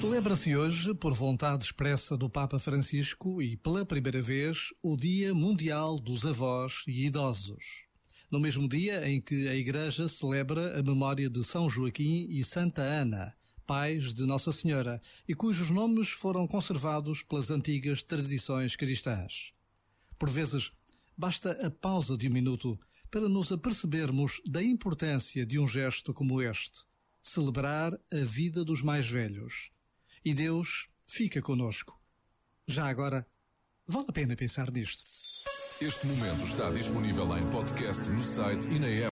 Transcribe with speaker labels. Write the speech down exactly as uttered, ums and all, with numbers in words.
Speaker 1: Celebra-se hoje, por vontade expressa do Papa Francisco e pela primeira vez, o Dia Mundial dos Avós e Idosos. No mesmo dia em que a Igreja celebra a memória de São Joaquim e Santa Ana, pais de Nossa Senhora, e cujos nomes foram conservados pelas antigas tradições cristãs. Por vezes, basta a pausa de um minuto para nos apercebermos da importância de um gesto como este: celebrar a vida dos mais velhos. E Deus fica conosco. Já agora, vale a pena pensar nisto.
Speaker 2: Este momento está disponível em podcast no site e na app.